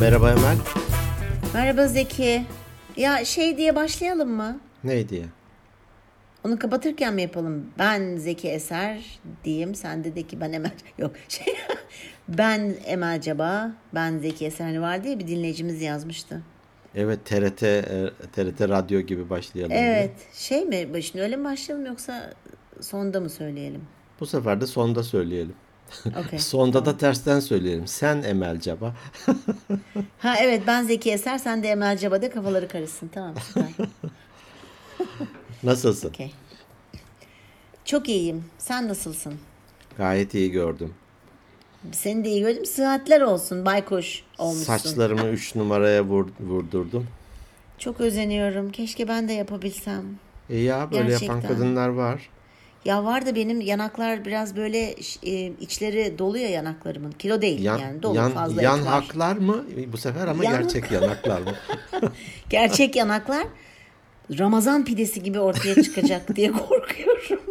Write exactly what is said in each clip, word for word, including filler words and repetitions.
Merhaba Emel. Merhaba Zeki. Ya şey diye başlayalım mı? Ne diye? Onu kapatırken mi yapalım? Ben Zeki Eser diyeyim. Sen de de ki ben Emel. Yok şey. Ben Emel Caba. Ben Zeki Eser. Hani vardı ya bir dinleyicimiz yazmıştı. Evet, T R T e, T R T Radyo gibi başlayalım diye. Evet. Şey mi? Şimdi öyle mi başlayalım yoksa sonda mı söyleyelim? Bu sefer de sonda söyleyelim. Okey. Sonda Tamam. da tersten söyleyelim. Sen Emel Caba. Ha evet, ben Zeki Eser. Sen de Emel Caba de, kafaları karışsın. Tamam, süper. Nasılsın? Okey. Çok iyiyim. Sen nasılsın? Gayet iyi gördüm. Seni de iyi gördüm. Sıhhatler olsun. Baykuş olmuşsun. Saçlarımı üç numaraya vur, vurdurdum. Çok özeniyorum. Keşke ben de yapabilsem. E ya böyle Gerçekten. yapan kadınlar var. Ya var da benim yanaklar biraz böyle e, içleri dolu ya yanaklarımın. Kilo değil Yan, yani, dolu, yan, fazla yan et var. haklar mı bu sefer ama Yan- gerçek yanaklar mı? Gerçek yanaklar Ramazan pidesi gibi ortaya çıkacak diye korkuyorum.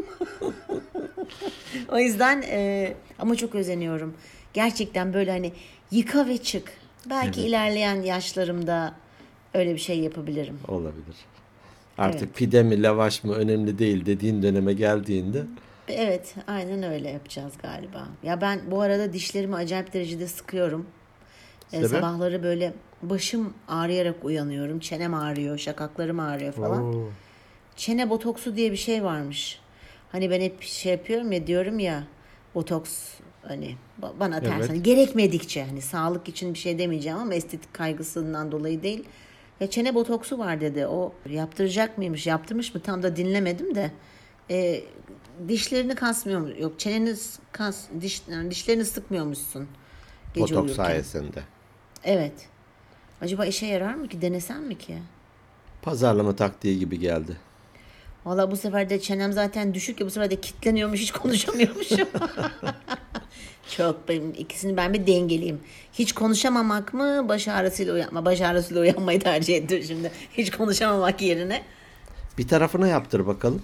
O yüzden e, ama çok özeniyorum. Gerçekten böyle hani yıka ve çık. Belki Evet. ilerleyen yaşlarımda öyle bir şey yapabilirim. Olabilir. Artık Evet. pide mi lavaş mı önemli değil dediğin döneme geldiğinde Evet, aynen öyle yapacağız galiba. Ya ben bu arada dişlerimi acayip derecede sıkıyorum. Ee, sebep? sabahları böyle başım ağrıyarak uyanıyorum. Çenem ağrıyor, şakaklarım ağrıyor falan. Oo. Çene botoksu diye bir şey varmış. Hani ben hep şey yapıyorum ya, diyorum ya, botoks hani ba- bana ters, Evet. hani gerekmedikçe, hani sağlık için bir şey demeyeceğim ama estetik kaygısından dolayı değil. Ya çene botoksu var dedi. O yaptıracak mıymış, yaptırmış mı tam da dinlemedim de. E, dişlerini kasmıyor mu? Yok, çeneni kas, diş, yani dişlerini sıkmıyormuşsun gece Botoks uyurken. sayesinde. Evet. Acaba işe yarar mı ki? Denesem mi ki? Pazarlama taktiği gibi geldi. Valla bu sefer de çenem zaten düşük ya, bu sefer de kilitleniyormuş, hiç konuşamıyormuşum. Çok, benim ikisini ben bir dengeleyeyim. Hiç konuşamamak mı, baş ağrısıyla uyanma? Baş ağrısıyla uyanmayı tercih ettim şimdi. Hiç konuşamamak yerine. Bir tarafına yaptır bakalım.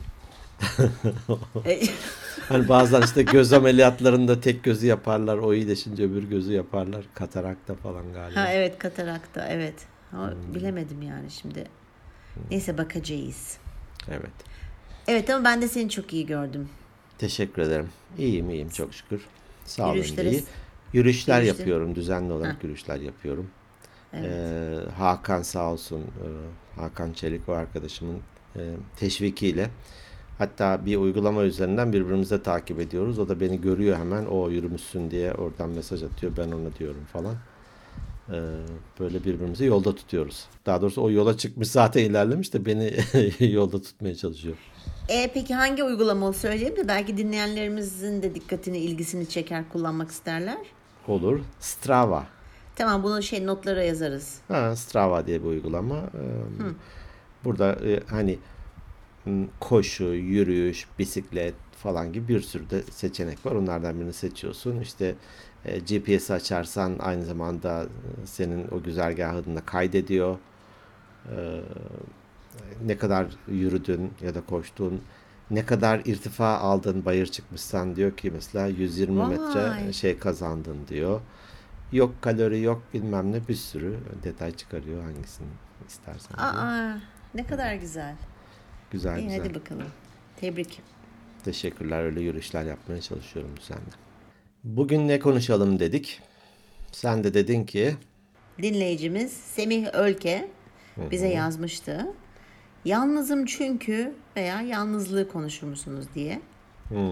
E, Hani bazen işte göz ameliyatlarında tek gözü yaparlar. O iyileşince öbür gözü yaparlar. Katarakta falan galiba. ha evet, katarakta, evet. Ama bilemedim yani şimdi. Neyse, bakacağız. Evet. Evet ama ben de seni çok iyi gördüm. Teşekkür ederim. İyiyim iyiyim çok şükür. Sağ olun Yürüyüşleri- iyi. Yürüyüşler Yürüyüşleri- yapıyorum. Düzenli olarak yürüyüşler yapıyorum. Ee, Hakan sağ olsun. e, Hakan Çelik o arkadaşımın e, teşvikiyle. Hatta bir uygulama üzerinden birbirimizi takip ediyoruz. O da beni görüyor hemen. O yürümüşsün diye oradan mesaj atıyor. Ben ona diyorum falan. Ee, böyle birbirimizi yolda tutuyoruz. Daha doğrusu o yola çıkmış zaten, ilerlemiş de beni yolda tutmaya çalışıyor. E peki hangi uygulama, o söyleyeyim de belki dinleyenlerimizin de dikkatini, ilgisini çeker, kullanmak isterler. Olur. Strava. Tamam, bunu şey notlara yazarız. Ha, Strava diye bir uygulama. Ee, burada e, hani m, koşu, yürüyüş, bisiklet falan gibi bir sürü de seçenek var. Onlardan birini seçiyorsun. İşte e, G P S açarsan aynı zamanda e, senin o güzergahını da kaydediyor. Ee, ne kadar yürüdün ya da koştun, ne kadar irtifa aldın, bayır çıkmışsan diyor ki mesela yüz yirmi Vay. metre şey kazandın diyor. Yok kalori, yok bilmem ne, bir sürü detay çıkarıyor hangisini istersen diyor. Aa, ne kadar güzel. Güzel İyi, güzel. hadi bakalım. Tebrik. Teşekkürler, öyle yürüyüşler yapmaya çalışıyorum düzenli. Bugün ne konuşalım dedik. Sen de dedin ki Dinleyicimiz Semih Ölke bize yazmıştı. Yalnızım çünkü veya yalnızlığı konuşur musunuz diye. hmm,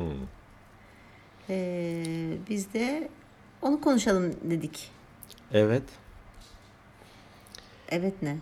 Ee, biz de onu konuşalım dedik. evet, Evet, ne?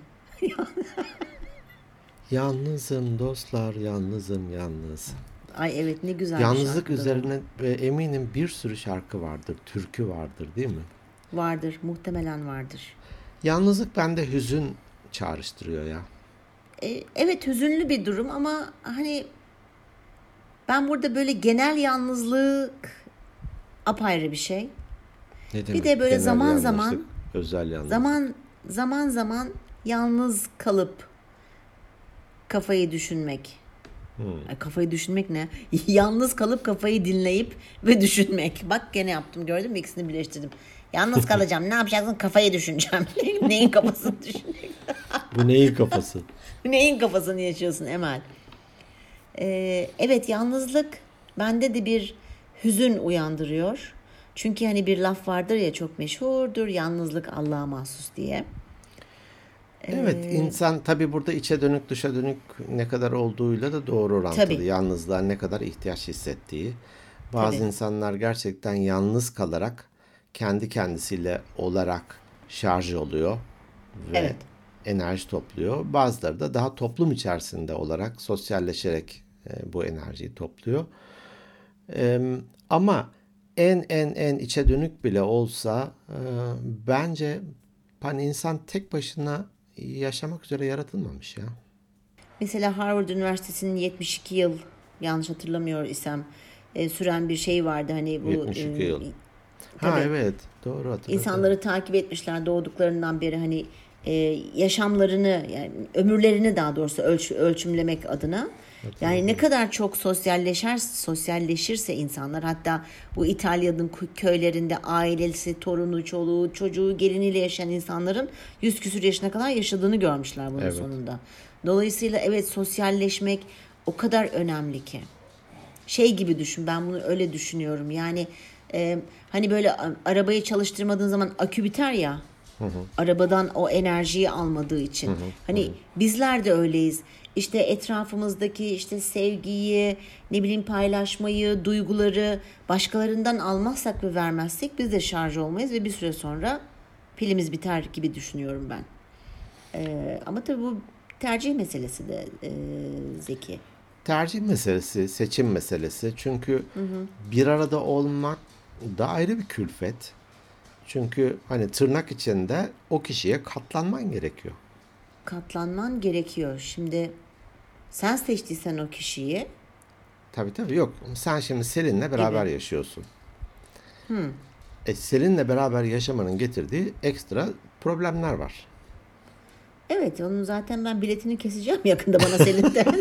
yalnızım dostlar, yalnızım yalnız. Ay evet, ne güzel bir Yalnızlık şarkı da bu. üzerine e, eminim bir sürü şarkı vardır, türkü vardır değil mi? Vardır, muhtemelen vardır. Yalnızlık bende hüzün çağrıştırıyor ya. E, evet, hüzünlü bir durum ama hani ben burada böyle genel yalnızlık apayrı bir şey. Ne demek? de böyle genel zaman yalnızlık, zaman- özel yalnızlık. Zaman zaman zaman yalnız kalıp kafayı düşünmek. Ay, kafayı düşünmek ne? Yalnız kalıp kafayı dinleyip ve düşünmek. Bak gene yaptım, gördün mü? İkisini birleştirdim. Yalnız kalacağım. Ne yapacaksın? Kafayı düşüneceğim. Neyin kafasını düşüneceksin? Bu neyin kafası? Neyin kafasını yaşıyorsun Emel? Ee, evet, yalnızlık bende de bir hüzün uyandırıyor. Çünkü hani bir laf vardır ya, çok meşhurdur. Yalnızlık Allah'a mahsus diye. Evet, insan tabii burada içe dönük dışa dönük ne kadar olduğuyla da doğru orantılı. Tabii. Yalnızlığa ne kadar ihtiyaç hissettiği. Bazı Tabii. insanlar gerçekten yalnız kalarak kendi kendisiyle olarak şarj oluyor ve Evet. enerji topluyor. Bazıları da daha toplum içerisinde olarak sosyalleşerek e, bu enerjiyi topluyor. E, ama en en en içe dönük bile olsa e, bence hani insan tek başına yaşamak üzere yaratılmamış ya. Mesela Harvard Üniversitesi'nin yetmiş iki yıl, yanlış hatırlamıyor isem, e, süren bir şey vardı. Hani bu yetmiş iki e, yıl. Ha tabii evet, doğru hatırladım. insanları takip etmişler doğduklarından beri, hani e, yaşamlarını, yani ömürlerini daha doğrusu ölç, ölçümlemek adına. Yani ne kadar çok sosyalleşer, sosyalleşirse insanlar, hatta bu İtalya'nın köylerinde ailesi, torunu, çoluğu, çocuğu, geliniyle yaşayan insanların yüz küsür yaşına kadar yaşadığını görmüşler bunun Evet. sonunda. Dolayısıyla evet, sosyalleşmek o kadar önemli ki. Şey gibi düşün, ben bunu öyle düşünüyorum. Yani e, hani böyle a- arabayı çalıştırmadığın zaman akü biter ya. Arabadan o enerjiyi almadığı için. Hani bizler de öyleyiz. İşte etrafımızdaki işte sevgiyi, ne bileyim paylaşmayı, duyguları başkalarından almazsak ve vermezsek biz de şarj olmayız ve bir süre sonra pilimiz biter gibi düşünüyorum ben. Ee, ama tabii bu tercih meselesi de e, Zeki. Tercih meselesi, seçim meselesi. Çünkü bir arada olmak da ayrı bir külfet. Çünkü hani tırnak içinde o kişiye katlanman gerekiyor. Katlanman gerekiyor. Şimdi sen seçtiysen o kişiyi Tabii tabii, yok. Sen şimdi Selin'le beraber gibi. yaşıyorsun. E, Selin'le beraber yaşamanın getirdiği ekstra problemler var. Evet, onun zaten ben biletini keseceğim yakında bana Selin'den.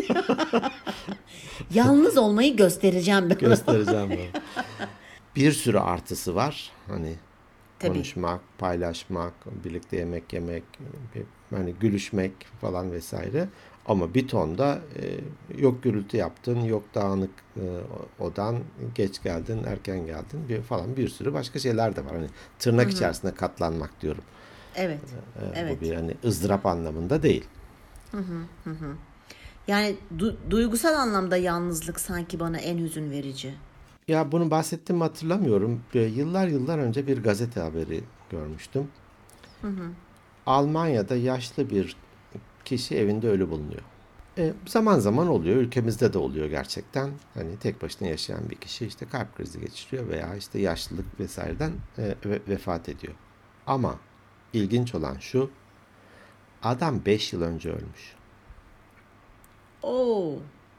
Yalnız olmayı göstereceğim ben ona. Göstereceğim bunu. Bir sürü artısı var. Hani Tabii. konuşmak, paylaşmak, birlikte yemek yemek, bir- hani gülüşmek falan vesaire. Ama bir ton da e, yok gürültü yaptın, yok dağınık e, odan, geç geldin, erken geldin bir falan, bir sürü başka şeyler de var. Hani tırnak içerisinde katlanmak diyorum. Evet. E, Evet. Bu bir hani ızdırap anlamında değil. Yani du- duygusal anlamda yalnızlık sanki bana en hüzün verici. Ya bunu bahsettim mi hatırlamıyorum. E, Yıllar yıllar önce bir gazete haberi görmüştüm. Almanya'da yaşlı bir kişi evinde ölü bulunuyor. E, zaman zaman oluyor. Ülkemizde de oluyor gerçekten. Hani tek başına yaşayan bir kişi işte kalp krizi geçiriyor veya işte yaşlılık vesaireden e, ve- vefat ediyor. Ama ilginç olan şu, adam beş yıl önce ölmüş. Oo.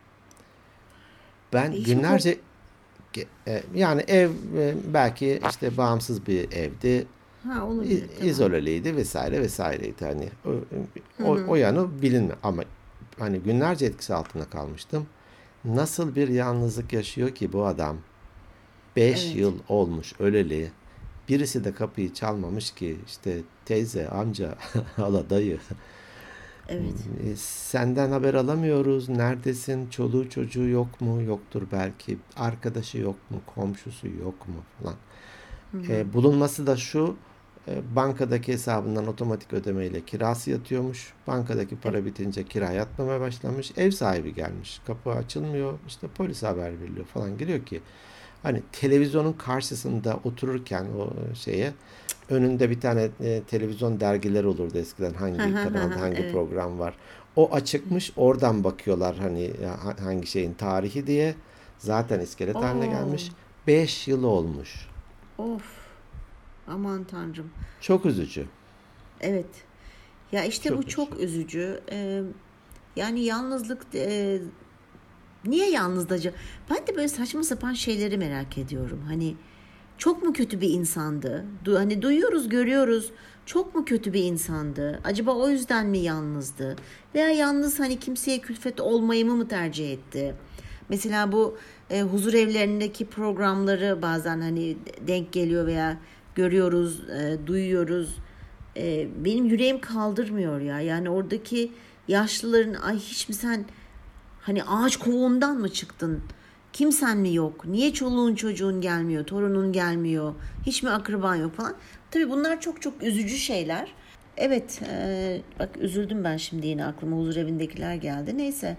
Ben E hiç mi kork... günlerce e, yani ev e, belki işte bağımsız bir evdi. Ha, İ- olabilir, tamam. izoleliydi vesaire vesaireydi, hani o, o, o yanı bilinmiyor ama hani günlerce etkisi altında kalmıştım. Nasıl bir yalnızlık yaşıyor ki bu adam? Beş Evet. yıl olmuş öleli. Birisi de kapıyı çalmamış ki işte teyze, amca, hala, dayı. Evet. E, Senden haber alamıyoruz. Neredesin? Çoluğu çocuğu yok mu? Yoktur belki. Arkadaşı yok mu? Komşusu yok mu? Falan. E, bulunması da şu: e, bankadaki hesabından otomatik ödemeyle kirası yatıyormuş. Bankadaki Evet. para bitince kira yatmamaya başlamış. Ev sahibi gelmiş. Kapı açılmıyor. İşte polise haber veriliyor falan. Geliyor ki hani televizyonun karşısında otururken o şeye, önünde bir tane e, televizyon dergileri olurdu eskiden, Ha hangi ha ha kanalda ha, hangi evet. program var. O açıkmış, oradan bakıyorlar hani ha- hangi şeyin tarihi diye. Zaten iskelet haline Oo. gelmiş. Beş yıl olmuş. Of. Aman Tanrım. Çok üzücü. Evet. Ya işte Çok bu üzücü. çok üzücü. Ee, yani yalnızlık e, niye yalnızlıcı? Ben de böyle saçma sapan şeyleri merak ediyorum. Hani çok mu kötü bir insandı? Du- hani duyuyoruz, görüyoruz. Çok mu kötü bir insandı? Acaba o yüzden mi yalnızdı? Veya yalnız hani kimseye külfet olmayı mı tercih etti? Mesela bu e, huzur evlerindeki programları bazen hani denk geliyor veya görüyoruz, e, duyuyoruz. E, benim yüreğim kaldırmıyor ya. Yani oradaki yaşlıların ay hiç mi sen hani ağaç kovuğundan mı çıktın? Kimsen mi yok? Niye çoluğun çocuğun gelmiyor? Torunun gelmiyor? Hiç mi akraban yok falan? Tabii bunlar çok çok üzücü şeyler. Evet, e, bak üzüldüm ben şimdi yine aklıma huzur evindekiler geldi. Neyse.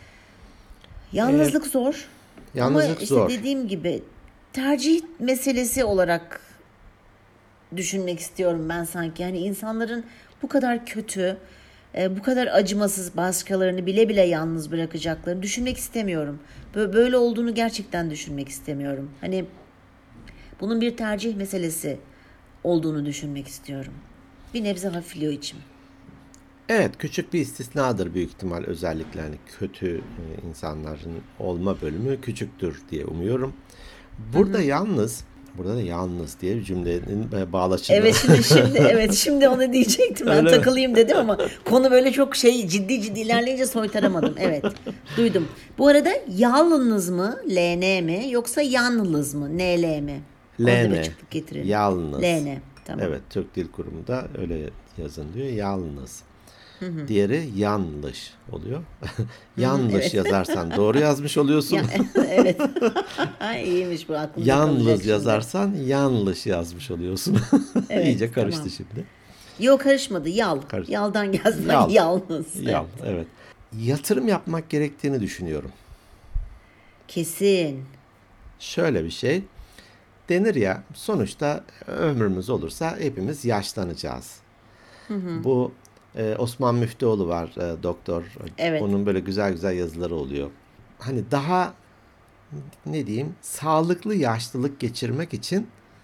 Yalnızlık Ee, zor. Ama Yalnızlık işte zor. dediğim gibi tercih meselesi olarak düşünmek istiyorum ben sanki. Yani insanların bu kadar kötü, e, bu kadar acımasız başkalarını bile bile yalnız bırakacaklarını düşünmek istemiyorum. Bö- Böyle olduğunu gerçekten düşünmek istemiyorum. Hani bunun bir tercih meselesi olduğunu düşünmek istiyorum. Bir nebze hafifliyor içim. Evet, küçük bir istisnadır büyük ihtimal, özellikle hani kötü e, insanların olma bölümü küçüktür diye umuyorum. Burada yalnız, burada da yalnız diye bir cümlenin e, bağlaçını Evet şimdi şimdi evet şimdi onu diyecektim ben öyle mi? takılayım dedim ama konu böyle çok şey ciddi ciddi ilerleyince soytaramadım. Evet duydum. Bu arada yalnız mı L N mi yoksa yalnız mı N L mi? Orada bir Lene, açıklık getirelim. yalnız. L N tamam. Evet, Türk Dil Kurumu'nda öyle yazın diyor, yalnız. Diğeri yanlış oluyor. Yanlış evet. yazarsan doğru yazmış oluyorsun. Ya, evet. Ay, iyiymiş bu aklımda kalacak Yalnız şimdi. yazarsan yanlış yazmış oluyorsun. Evet, İyice karıştı tamam. şimdi. Yok karışmadı yal. Karış- Yaldan gelsin Yal. yalnız. Yal, evet. Yatırım yapmak gerektiğini düşünüyorum. Kesin. Şöyle bir şey. Denir ya, sonuçta ömrümüz olursa hepimiz yaşlanacağız. Bu e, Osman Müftüoğlu var, e, doktor. Evet. Onun böyle güzel güzel yazıları oluyor. Hani daha ne diyeyim, sağlıklı yaşlılık geçirmek için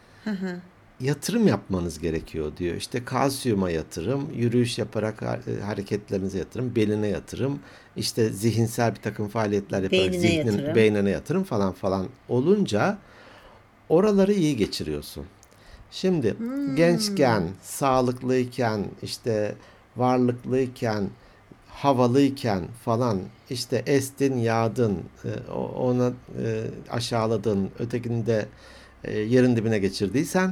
yatırım yapmanız gerekiyor diyor. İşte kalsiyuma yatırım, yürüyüş yaparak ha- hareketlerinize yatırım, beline yatırım, işte zihinsel bir takım faaliyetler yaparak Beynine zihnin, yatırım. beynine yatırım falan falan olunca oraları iyi geçiriyorsun. Şimdi gençken, sağlıklıyken, işte varlıklıyken, havalıyken falan, işte estin, yağdın, e, o- ona e, aşağıladın, ötekini de e, yerin dibine geçirdiysen,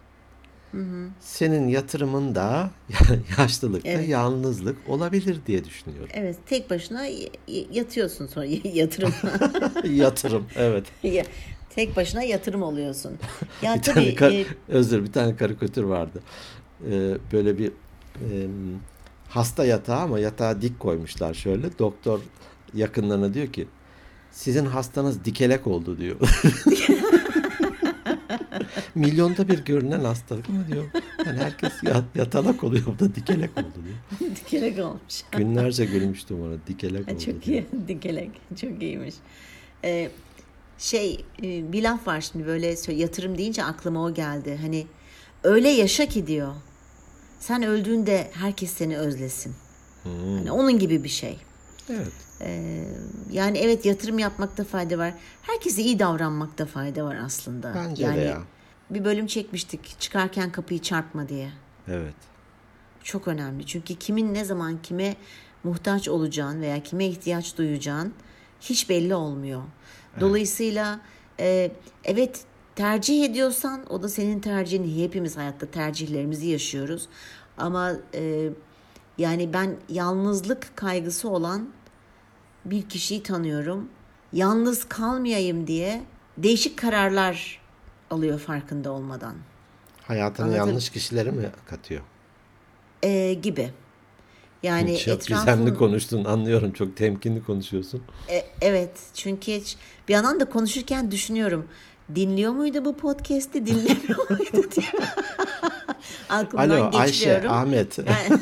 senin yatırımın da yaşlılıkta Evet. yalnızlık olabilir diye düşünüyorum. Evet tek başına y- y- yatıyorsun sonra yatırım. Yatırım, evet. Ya, tek başına yatırım oluyorsun. Ya Bir tabii tane kar- e, özür bir tane karikatür vardı. Ee, böyle bir e, hasta yatağı ama yatağı dik koymuşlar şöyle. Doktor yakınlarına diyor ki, sizin hastanız dikelek oldu diyor. Milyonda bir görünen hastalık mı diyor. Yani herkes yat, yatalak oluyor, bu da dikelek oldu diyor. dikelek olmuş. Günlerce gülmüştüm ona, dikelek Ha, oldu çok diyor. iyi dikelek çok iyiymiş. Ee, şey e, bir laf var şimdi böyle sö- yatırım deyince aklıma o geldi. Hani öyle yaşa ki diyor. Sen öldüğünde herkes seni özlesin. Hani onun gibi bir şey. Evet. Ee, yani evet yatırım yapmakta fayda var. Herkese iyi davranmakta fayda var aslında. Bence yani de ya. bir bölüm çekmiştik. Çıkarken kapıyı çarpma diye. Evet. Çok önemli. Çünkü kimin ne zaman kime muhtaç olacağın veya kime ihtiyaç duyacağın hiç belli olmuyor. Dolayısıyla e, evet tercih ediyorsan o da senin tercihin. Hepimiz hayatta tercihlerimizi yaşıyoruz. Ama e, yani ben yalnızlık kaygısı olan bir kişiyi tanıyorum. Yalnız kalmayayım diye değişik kararlar alıyor farkında olmadan. Hayatına Anladım. yanlış kişileri mi katıyor? E, gibi. Yani Çok etrafın gizemli konuştun, anlıyorum. Çok temkinli konuşuyorsun. E, evet çünkü hiç, bir yandan da konuşurken düşünüyorum. Dinliyor muydu bu podcast'i dinlemiyor muydu diye. Aklımdan Alo Ayşe, geçiriyorum. Ahmet, Yani-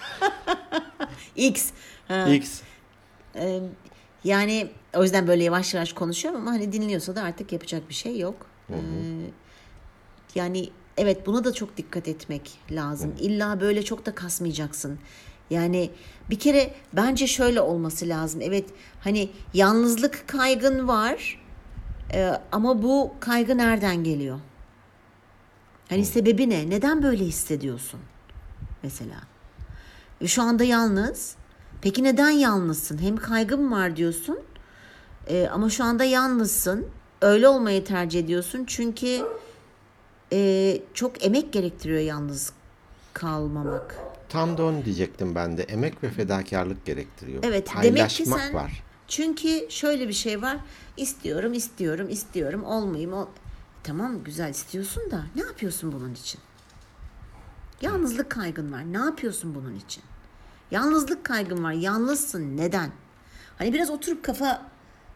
X. Ha, X. e, yani o yüzden böyle yavaş yavaş konuşuyorum ama hani dinliyorsa da artık yapacak bir şey yok. E, yani evet buna da çok dikkat etmek lazım. İlla böyle çok da kasmayacaksın. Yani bir kere bence şöyle olması lazım. Evet hani yalnızlık kaygın var e, ama bu kaygı nereden geliyor? Hani sebebi ne? Neden böyle hissediyorsun? Mesela. Ve şu anda yalnız. Peki neden yalnızsın? Hem kaygım var diyorsun e, ama şu anda yalnızsın. Öyle olmayı tercih ediyorsun çünkü e, çok emek gerektiriyor yalnız kalmamak. Tam da onu diyecektim ben de. Emek ve fedakarlık gerektiriyor. Evet, demek ki Paylaşmak sen var. çünkü şöyle bir şey var. İstiyorum, istiyorum, istiyorum. Olmayayım. Ol... Tamam, güzel istiyorsun da ne yapıyorsun bunun için? Yalnızlık kaygın var. Ne yapıyorsun bunun için? Yalnızlık kaygın var. Yalnızsın. Neden? Hani biraz oturup kafa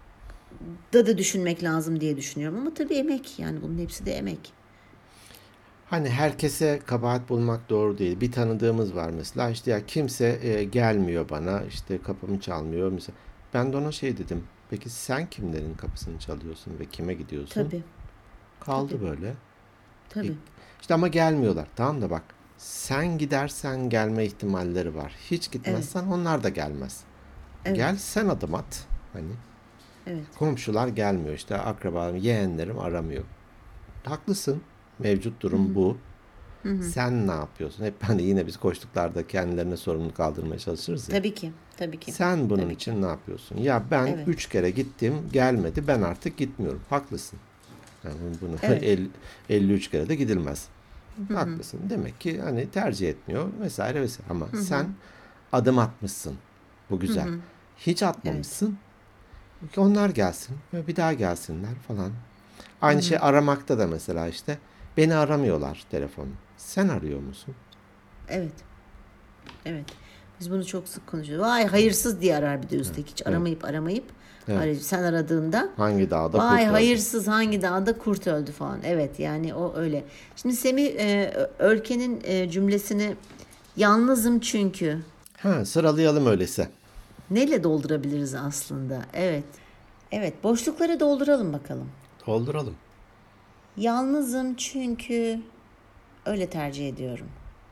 da da düşünmek lazım diye düşünüyorum. Ama tabii emek. Yani bunun hepsi de emek. Hani herkese kabahat bulmak doğru değil. Bir tanıdığımız var mesela, işte ya kimse e, gelmiyor bana, işte kapımı çalmıyor mesela. Ben de ona şey dedim. Peki sen kimlerin kapısını çalıyorsun ve kime gidiyorsun? Tabii. Kaldı Tabii. böyle. Tabii. İşte ama gelmiyorlar. Tamam da bak, sen gidersen gelme ihtimalleri var. Hiç gitmezsen onlar da gelmez. Evet. Gel sen adım at. Hani Evet. komşular gelmiyor, işte akrabalarım, yeğenlerim aramıyor. Haklısın. Mevcut durum bu. Sen ne yapıyorsun? Hep hani yine biz koştuklarda kendilerine sorumluluk kaldırmaya çalışırız ya. Tabii ki. Tabii ki. Sen bunun Tabii için ki. ne yapıyorsun? Ya ben Evet. üç kere gittim, gelmedi. Ben artık gitmiyorum. Haklısın. Yani bunu Evet. elli, elli üç kere de gidilmez. Haklısın. Demek ki hani tercih etmiyor vesaire vesaire. Ama sen adım atmışsın. Bu güzel. Hiç atmamışsın. Onlar gelsin ve bir daha gelsinler falan. Aynı şey aramakta da mesela işte. Beni aramıyorlar telefonu. Sen arıyor musun? Evet. Evet. Biz bunu çok sık konuşuyoruz. Vay hayırsız diye arar bir de üstelik. Hiç aramayıp aramayıp. Evet. Arayıp sen aradığında Hangi dağda vay kurt öldü? hayırsız hangi dağda kurt öldü falan. Evet yani o öyle. Şimdi Semih e, Örken'in e, cümlesini yalnızım çünkü Ha, sıralayalım öyleyse. neyle doldurabiliriz aslında? Evet. Evet, boşlukları dolduralım bakalım. Dolduralım. Yalnızım çünkü öyle tercih ediyorum.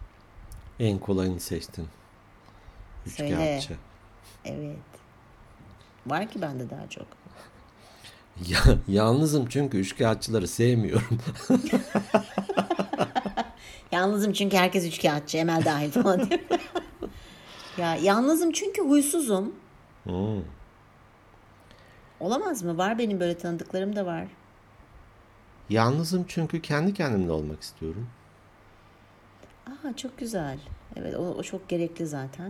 En kolayını seçtin. Söyle. Üçkağıtçı. Evet. Var ki bende daha çok. Ya, yalnızım çünkü üçkağıtçıları sevmiyorum. Yalnızım çünkü herkes üçkağıtçı, Emel dahil falan diyor. Ya yalnızım çünkü huysuzum. Hmm. Olamaz mı? Var, benim böyle tanıdıklarım da var. Yalnızım çünkü kendi kendimle olmak istiyorum. Aa, çok güzel. Evet, o, o çok gerekli zaten.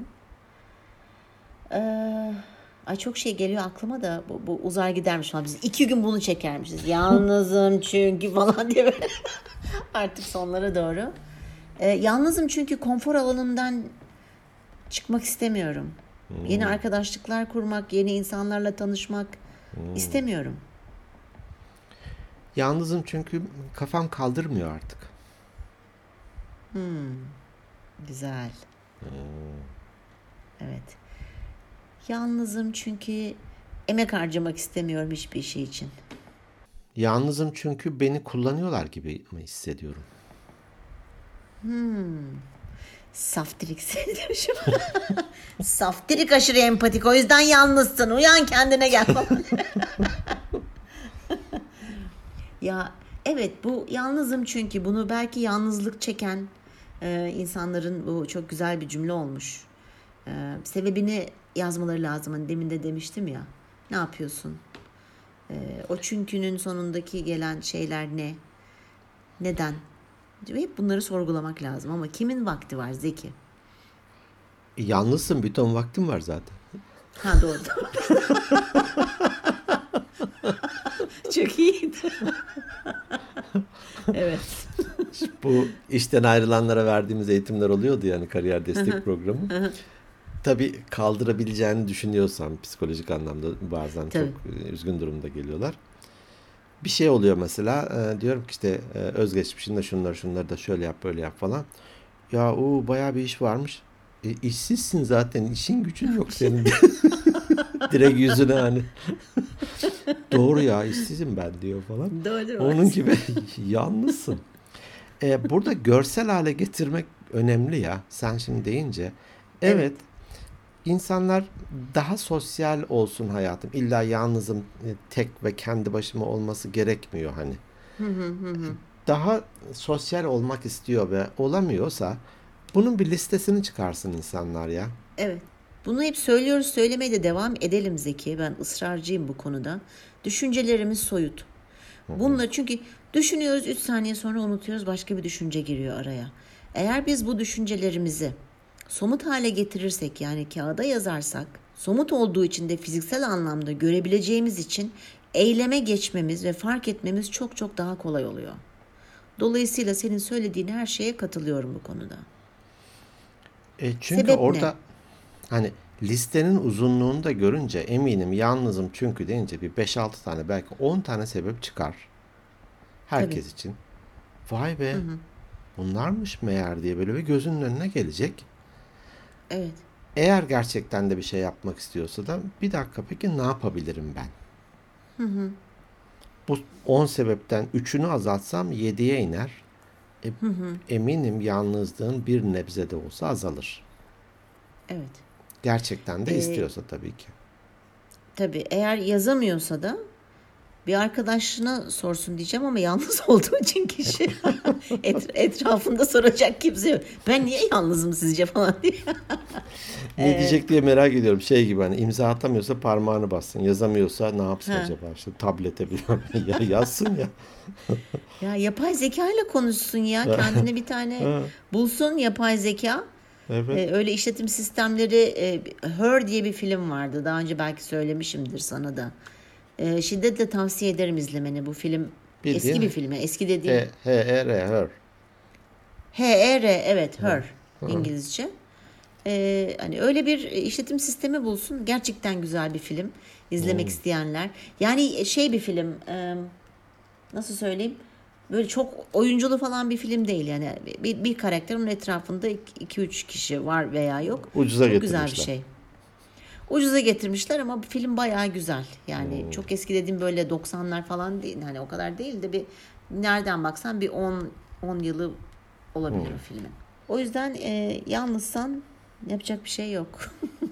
Ee, ay çok şey geliyor aklıma da bu, bu uzar gidermiş falan. Biz iki gün bunu çekermişiz. Yalnızım çünkü falan diye böyle. Artık sonlara doğru. Ee, yalnızım çünkü konfor alanımdan çıkmak istemiyorum. Hmm. Yeni arkadaşlıklar kurmak, yeni insanlarla tanışmak Hmm. istemiyorum. Yalnızım çünkü kafam kaldırmıyor artık. Güzel. Evet. Yalnızım çünkü emek harcamak istemiyorum hiçbir şey için. Yalnızım çünkü beni kullanıyorlar gibi mi hissediyorum? Saftirik sevdim. Saftirik aşırı empatik, o yüzden yalnızsın. Uyan, kendine gel falan. Ya evet, bu yalnızım çünkü bunu belki yalnızlık çeken e, insanların bu çok güzel bir cümle olmuş. E, sebebini yazmaları lazım. Hani demin de demiştim ya. Ne yapıyorsun? E, o çünkünün sonundaki gelen şeyler ne? Neden? Ve hep bunları sorgulamak lazım. Ama kimin vakti var Zeki? E, yalnızsın, bir ton vaktim var zaten. Ha, doğru. Çok iyiydi. Evet. Bu işten ayrılanlara verdiğimiz eğitimler oluyordu yani, kariyer destek programı. Tabii kaldırabileceğini düşünüyorsam psikolojik anlamda bazen Tabii. çok e, üzgün durumda geliyorlar. Bir şey oluyor mesela, e, diyorum ki işte e, özgeçmişinde şunları şunları da şöyle yap böyle yap falan. Ya o bayağı bir iş varmış. E, işsizsin zaten, işin gücün yok senin. Direkt yüzüne hani. Doğru ya, işsizim ben diyor falan. Doğru. Onun gibi yalnızsın. E, burada görsel hale getirmek önemli ya. Sen şimdi deyince. Evet, Evet. insanlar daha sosyal olsun hayatım. İlla yalnızım, e, tek ve kendi başıma olması gerekmiyor hani. Daha sosyal olmak istiyor ve olamıyorsa bunun bir listesini çıkarsın insanlar ya. Evet. Bunu hep söylüyoruz, söylemeye de devam edelim Zeki. Ben ısrarcıyım bu konuda. Düşüncelerimiz soyut. Bununla çünkü Düşünüyoruz, üç saniye sonra unutuyoruz, başka bir düşünce giriyor araya. Eğer biz bu düşüncelerimizi somut hale getirirsek, yani kağıda yazarsak, somut olduğu için de fiziksel anlamda görebileceğimiz için eyleme geçmemiz ve fark etmemiz çok çok daha kolay oluyor. Dolayısıyla senin söylediğin her şeye katılıyorum bu konuda. E çünkü Sebep orada ne? hani listenin uzunluğunu da görünce eminim yalnızım çünkü deyince bir beş altı tane belki on tane sebep çıkar. Tabii. Herkes için. Vay be, bunlarmış meğer diye böyle bir gözünün önüne gelecek. Evet. Eğer gerçekten de bir şey yapmak istiyorsa da bir dakika peki ne yapabilirim ben? Bu on sebepten üçünü azaltsam yediye iner. E, eminim yalnızlığın bir nebze de olsa azalır. Evet. Gerçekten de Ee, istiyorsa tabii ki. tabii eğer yazamıyorsa da bir arkadaşına sorsun diyeceğim ama yalnız olduğu için kişi et- etrafında soracak kimse yok. Ben niye yalnızım sizce falan diye. Ne diyecek diye merak ediyorum. Şey gibi hani imza atamıyorsa parmağını bassın. Yazamıyorsa ne yapsın Ha. acaba? İşte tablete bilmem ne. Ya yazsın ya. Ya yapay zeka ile konuşsun ya. Kendine bir tane Ha, bulsun yapay zeka. evet. Ee, öyle işletim sistemleri e, Her diye bir film vardı. Daha önce belki söylemişimdir sana da. Ee, şiddetle tavsiye ederim izlemeni. Bu film eski bir Bildiğin film. Eski dediğim H, H, E, R, Her. H E R, evet, Ha, Her ha. İngilizce. Ee, hani öyle bir işletim sistemi bulsun. Gerçekten güzel bir film. İzlemek isteyenler. Yani şey bir film. e, nasıl söyleyeyim? Böyle çok oyunculu falan bir film değil. Yani bir, bir karakterin etrafında iki üç kişi var veya yok. Ucuza Çok güzel bir getirmişler. şey. Ucuza getirmişler ama bu film bayağı güzel. Yani çok eski dediğim böyle doksanlar falan değil. Hani o kadar değil de bir nereden baksan bir on on yılı olabilir o filmin. O yüzden e, yalnızsan yapacak bir şey yok.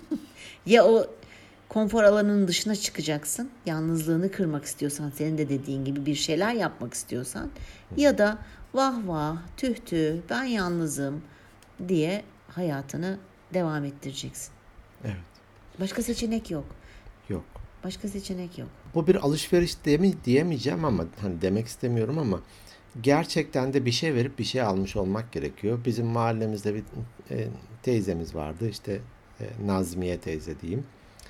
Ya o konfor alanının dışına çıkacaksın. Yalnızlığını kırmak istiyorsan, senin de dediğin gibi bir şeyler yapmak istiyorsan, ya da vah vah tüh tüh ben yalnızım diye hayatını devam ettireceksin. Evet. Başka seçenek yok. Yok. Başka seçenek yok. Bu bir alışveriş demi diyemeyeceğim ama hani demek istemiyorum ama gerçekten de bir şey verip bir şey almış olmak gerekiyor. Bizim mahallemizde bir e, teyzemiz vardı. İşte e, Nazmiye teyze diyeyim.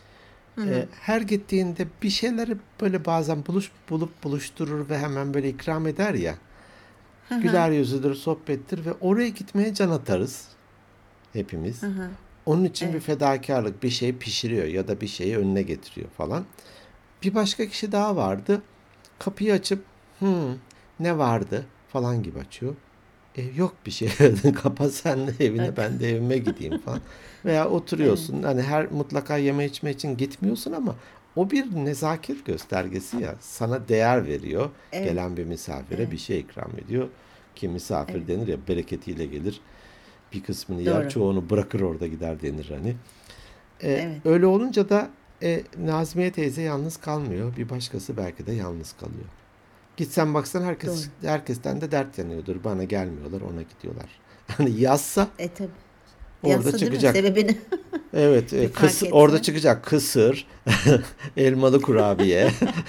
E, her gittiğinde bir şeyleri böyle bazen buluş bulup buluşturur ve hemen böyle ikram eder ya. Güler yüzüdür, sohbettir ve oraya gitmeye can atarız hepimiz. Onun için bir Evet. fedakarlık, bir şey pişiriyor ya da bir şeyi önüne getiriyor falan. Bir başka kişi daha vardı. Kapıyı açıp hmm, ne vardı falan gibi açıyor. E, yok bir şey. Kapat sen de evine, ben de evime gideyim falan. Veya oturuyorsun. Hani her mutlaka yeme içme için gitmiyorsun ama o bir nezaket göstergesi ya. Sana değer veriyor. Evet. Gelen bir misafire bir şey ikram ediyor. Ki misafir denir ya, bereketiyle gelir. Bir kısmını yer, Doğru. çoğunu bırakır orada gider denir hani. E, Evet. öyle olunca da e, Nazmiye teyze yalnız kalmıyor. Bir başkası belki de yalnız kalıyor. Gitsen baksan herkes Doğru. herkesten de dert yanıyordur. Bana gelmiyorlar, ona gidiyorlar. Hani yazsa E tabi. orada Yazsa değil mi? çıkacak. Sebebini Evet, bir e, fark kıs orada etse. çıkacak kısır, elmalı kurabiye.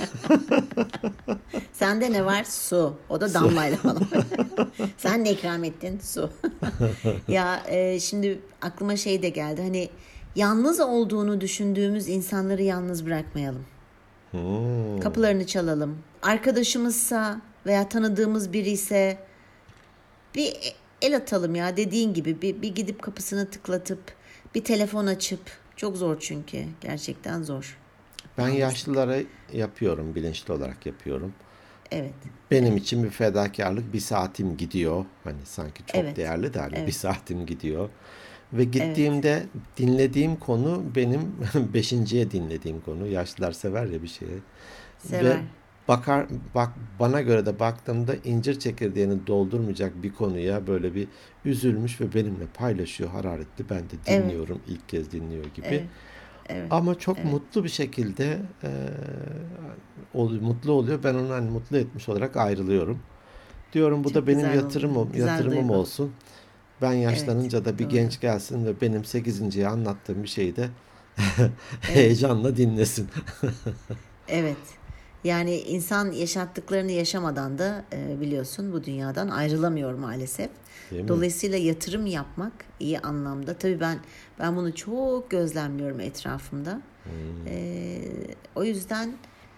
Sende ne var? Su. O da Su. damlayla falan. Sen ne ikram ettin? Su. Ya e, şimdi aklıma şey de geldi. Hani yalnız olduğunu düşündüğümüz insanları yalnız bırakmayalım. Hmm. Kapılarını çalalım. Arkadaşımızsa veya tanıdığımız biri ise bir el atalım ya, dediğin gibi bir, bir gidip kapısını tıklatıp bir telefon açıp, çok zor çünkü gerçekten zor. Ben Yalnızlık. yaşlılara yapıyorum, bilinçli olarak yapıyorum. Evet. Benim için bir fedakarlık, bir saatim gidiyor. Hani sanki çok Evet. değerli de hani bir Evet. saatim gidiyor. Ve Evet. gittiğimde dinlediğim konu benim beşinciye dinlediğim konu. Yaşlılar sever ya bir şeye. Ve Sever. bakar bak bana göre de baktığımda incir çekirdeğini doldurmayacak bir konuya böyle bir üzülmüş ve benimle paylaşıyor hararetli. Ben de Evet. dinliyorum, ilk kez dinliyor gibi. Evet. Evet. Ama çok Evet. mutlu bir şekilde e, ol- mutlu oluyor. Ben onu hani mutlu etmiş olarak ayrılıyorum. Diyorum bu da Çok benim güzel oluyor. yatırımım, Güzel yatırımım duygu. olsun. Ben Evet. yaşlanınca da bir Doğru. genç gelsin ve benim sekizinciye anlattığım bir şeyi de Evet. heyecanla dinlesin. Evet. Yani insan yaşattıklarını yaşamadan da e, biliyorsun bu dünyadan ayrılamıyor maalesef. Değil mi? Dolayısıyla yatırım yapmak iyi anlamda. Tabii ben ben bunu çok gözlemliyorum etrafımda. Hmm. E, o yüzden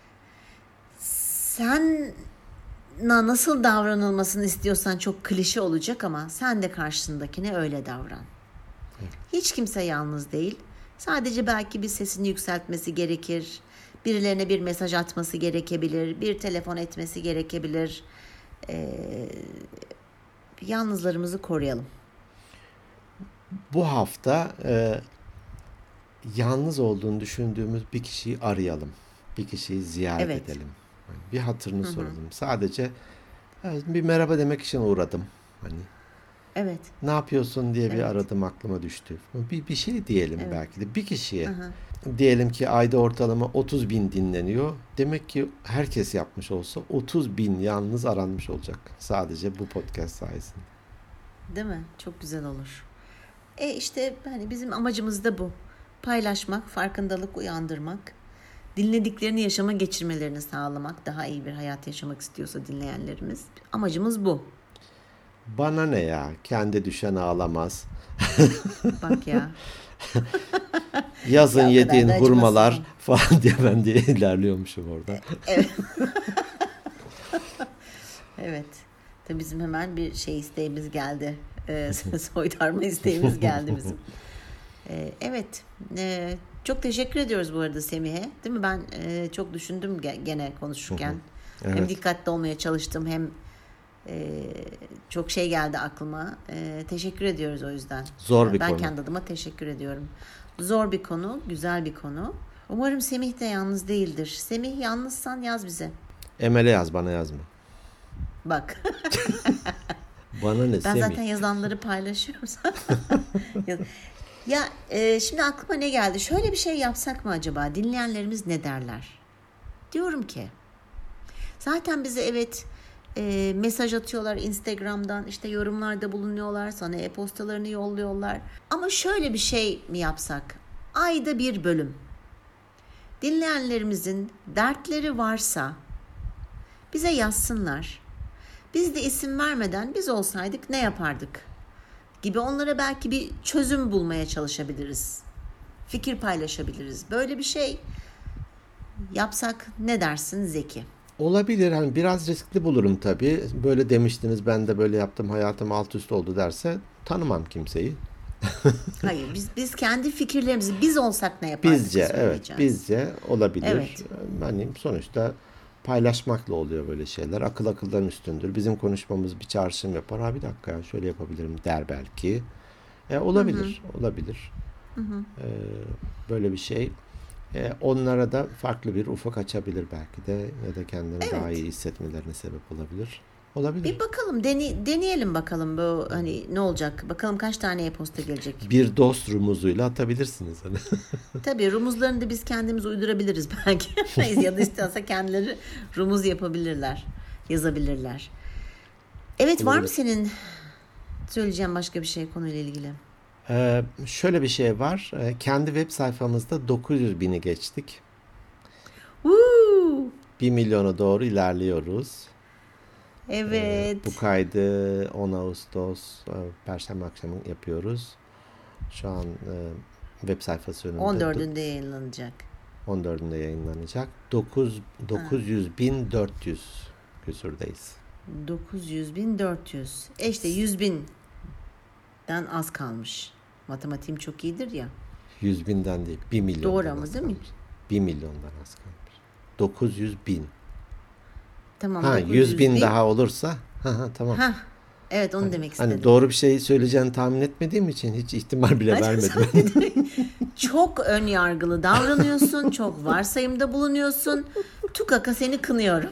sen nasıl davranılmasını istiyorsan çok klişe olacak ama sen de karşındakine öyle davran. Hiç kimse yalnız değil. Sadece belki bir sesini yükseltmesi gerekir. Birilerine bir mesaj atması gerekebilir. Bir telefon etmesi gerekebilir. Ee, yalnızlarımızı koruyalım. Bu hafta e, yalnız olduğunu düşündüğümüz bir kişiyi arayalım. Bir kişiyi ziyaret Evet. edelim. Yani bir hatırını soralım. Sadece e, bir merhaba demek için uğradım. Hani Evet. ne yapıyorsun diye bir Evet. aradım, aklıma düştü. Bir, bir şey diyelim Evet. belki de bir kişiye. Aha. Diyelim ki ayda ortalama otuz bin dinleniyor. Demek ki herkes yapmış olsa otuz bin yalnız aranmış olacak. Sadece bu podcast sayesinde. Değil mi? Çok güzel olur. E işte hani bizim amacımız da bu. Paylaşmak, farkındalık uyandırmak, dinlediklerini yaşama geçirmelerini sağlamak, daha iyi bir hayat yaşamak istiyorsa dinleyenlerimiz. Amacımız bu. Bana ne ya? Kendi düşen ağlamaz. Bak ya. Yazın Ya o yediğin kadar da hurmalar acımasız. falan diye ben de ilerliyormuşum orada. Evet. Evet. Tabii bizim hemen bir şey isteğimiz geldi. Ee, soytarma isteğimiz geldi bizim. Ee, evet. Ee, çok teşekkür ediyoruz bu arada Semih'e. Değil mi? Ben e, çok düşündüm ge- gene konuşurken. Hem Evet. dikkatli olmaya çalıştım hem e, çok şey geldi aklıma. E, teşekkür ediyoruz o yüzden. Zor bir ben konu. kendi adıma teşekkür ediyorum. Zor bir konu, güzel bir konu. Umarım Semih de yalnız değildir. Semih yalnızsan yaz bize. Emel'e yaz, bana yazma. Bak. Bana ne Ben Semih? zaten yazılanları paylaşıyorum. Ya- ya e, şimdi aklıma ne geldi? Şöyle bir şey yapsak mı acaba? Dinleyenlerimiz ne derler? Diyorum ki zaten bize evet e, mesaj atıyorlar Instagram'dan, işte yorumlarda bulunuyorlar, sana e-postalarını yolluyorlar. Ama şöyle bir şey mi yapsak? Ayda bir bölüm. Dinleyenlerimizin dertleri varsa bize yazsınlar. Biz de isim vermeden biz olsaydık ne yapardık gibi onlara belki bir çözüm bulmaya çalışabiliriz. Fikir paylaşabiliriz. Böyle bir şey yapsak ne dersin Zeki? Olabilir. Hani biraz riskli bulurum tabii. Böyle demiştiniz, ben de böyle yaptım, hayatım alt üst oldu derse tanımam kimseyi. Hayır, biz biz kendi fikirlerimizi biz olsak ne yapardık Bizce, evet, söyleyeceğiz. bizce olabilir. Evet. Hani sonuçta paylaşmakla oluyor böyle şeyler. Akıl akıldan üstündür. Bizim konuşmamız bir çağrışım yapar. Ha bir dakika ya, şöyle yapabilirim der belki. E, olabilir, olabilir. E, böyle bir şey. E, onlara da farklı bir ufuk açabilir belki de, ya da kendilerini Evet. daha iyi hissetmelerine sebep olabilir. Olabilir. Bir bakalım, dene, deneyelim bakalım bu hani ne olacak? Bakalım kaç tane e-posta gelecek. Bir dost rumuzuyla atabilirsiniz hani. Tabii rumuzlarını da biz kendimiz uydurabiliriz belki. Ya da istiyorsa kendileri rumuz yapabilirler, yazabilirler. Evet, var mı senin söyleyeceğin başka bir şey konuyla ilgili? Ee, şöyle bir şey var. Ee, kendi web sayfamızda dokuz yüz bini geçtik. Woo! bir milyona doğru ilerliyoruz. Evet. Bu kaydı on Ağustos e, Perşembe akşamı yapıyoruz. Şu an e, web sayfası önünde. on dördünde yayınlanacak. on dördünde yayınlanacak. dokuz yüz bin dört yüz küsurdeyiz. dokuz yüz bin dört yüz. E işte yüz binden az kalmış. Matematiğim çok iyidir ya. yüz binden değil, bir milyondan Doğru ama az değil mi? kalmış. bir milyondan az kalmış. dokuz yüz bin. Tamam. Ha, dokuz yüz bin bin daha olursa ha, ha, tamam. Hah, evet onu demek istedim. Hani doğru bir şey söyleyeceğini tahmin etmediğim için hiç ihtimal bile vermedim. Çok ön yargılı davranıyorsun. Çok varsayımda bulunuyorsun. Tukaka seni kınıyorum.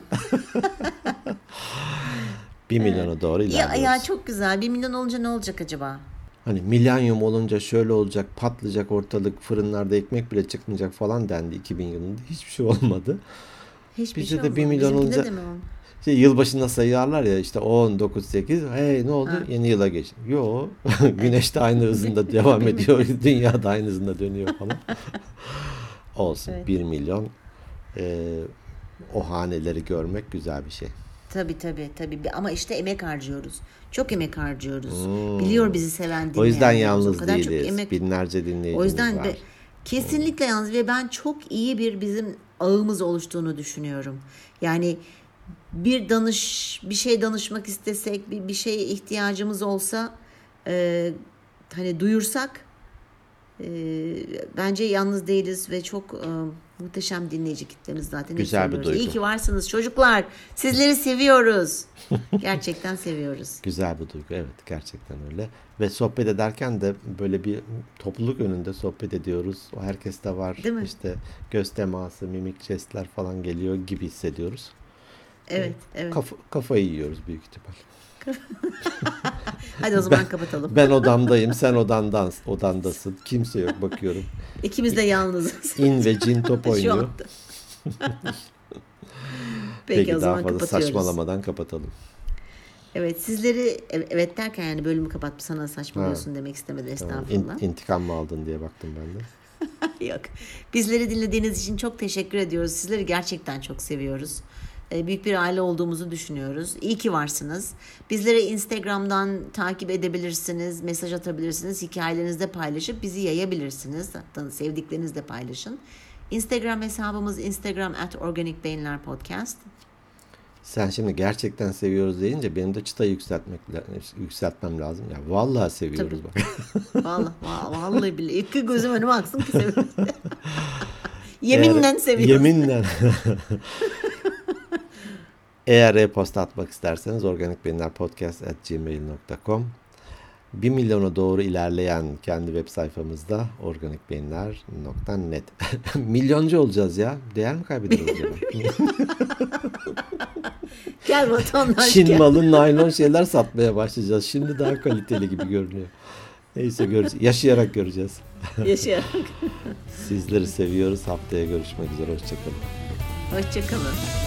bir milyona doğru Ya, ilerliyoruz. ya çok güzel. Bir milyon olunca ne olacak acaba? Hani milenyum olunca şöyle olacak, patlayacak ortalık, fırınlarda ekmek bile çıkmayacak falan dendi iki bin yılında. Hiçbir şey olmadı. Hiçbir Bizde şey de bir olmadı. milyon Bizimkide olunca de mi oldu? şey, yılbaşında sayarlar ya, işte on, dokuz, sekiz. Hey ne oldu? Ha. Yeni yıla geç. Yo. Güneş de aynı hızında devam ediyor. Dünya da aynı hızında dönüyor falan. Olsun. Evet. bir milyon. Ee, o haneleri görmek güzel bir şey. Tabii tabii tabii ama işte emek harcıyoruz. Çok emek harcıyoruz. Hmm. Biliyor bizi seven dinleyenler. O yüzden yalnız o kadar değiliz. Çok emek... Binlerce dinleyicimiz o yüzden var. Be, kesinlikle hmm. yalnız ve ben çok iyi bir bizim ağımız oluştuğunu düşünüyorum. Yani bir danış bir şey danışmak istesek, bir bir şeye ihtiyacımız olsa e, hani duyursak e, bence yalnız değiliz ve çok e, muhteşem dinleyici kitlemiz zaten. Güzel bir duygu. İyi ki varsınız çocuklar. Sizleri seviyoruz. Gerçekten seviyoruz. Güzel bir duygu. Evet, gerçekten öyle. Ve sohbet ederken de böyle bir topluluk önünde sohbet ediyoruz. O herkes de var. Değil mi? İşte göz teması, mimik jestler falan geliyor gibi hissediyoruz. Evet, evet. Kafa, kafayı yiyoruz büyük ihtimal. Hadi o zaman ben, kapatalım. Ben odamdayım, sen odandan, odandasın. Kimse yok, bakıyorum. İkimiz de yalnızız. İn ve cin top oynuyor. Peki, Peki o daha zaman fazla saçmalamadan kapatalım. Evet, sizleri evet derken yani bölümü kapatıp sana saçmalıyorsun ha. demek istemedi estağfurullah. Tamam. İn, intikam mı aldın diye baktım ben de. Yok. Bizleri dinlediğiniz için çok teşekkür ediyoruz. Sizleri gerçekten çok seviyoruz. Büyük bir aile olduğumuzu düşünüyoruz. İyi ki varsınız. Bizleri Instagram'dan takip edebilirsiniz, mesaj atabilirsiniz, hikayelerinizde paylaşıp bizi yayabilirsiniz. Hatta sevdiklerinizle paylaşın. Instagram hesabımız Instagram at Organik Beyinler Podcast. Sen şimdi gerçekten seviyoruz deyince benim de çıtayı yükseltmek yükseltmem lazım. Ya vallahi seviyoruz Tabii. Bak. Vallahi vallahi bile iki gözüm önüme aksın ki seviyoruz. Yeminle Eğer, seviyoruz. Yeminle. Eğer e-posta atmak isterseniz organikbeyinlerpodcast at gmail nokta com. bir milyona doğru ilerleyen kendi web sayfamızda organikbeyinler nokta net. Milyoncu olacağız ya. Değer mi kaybederiz acaba? Gel vatandaş Çin gel. malı naylon şeyler satmaya başlayacağız. Şimdi daha kaliteli gibi görünüyor. Neyse göreceğiz. Yaşayarak göreceğiz. Yaşayarak. Sizleri seviyoruz. Haftaya görüşmek üzere. Hoşçakalın. Hoşçakalın.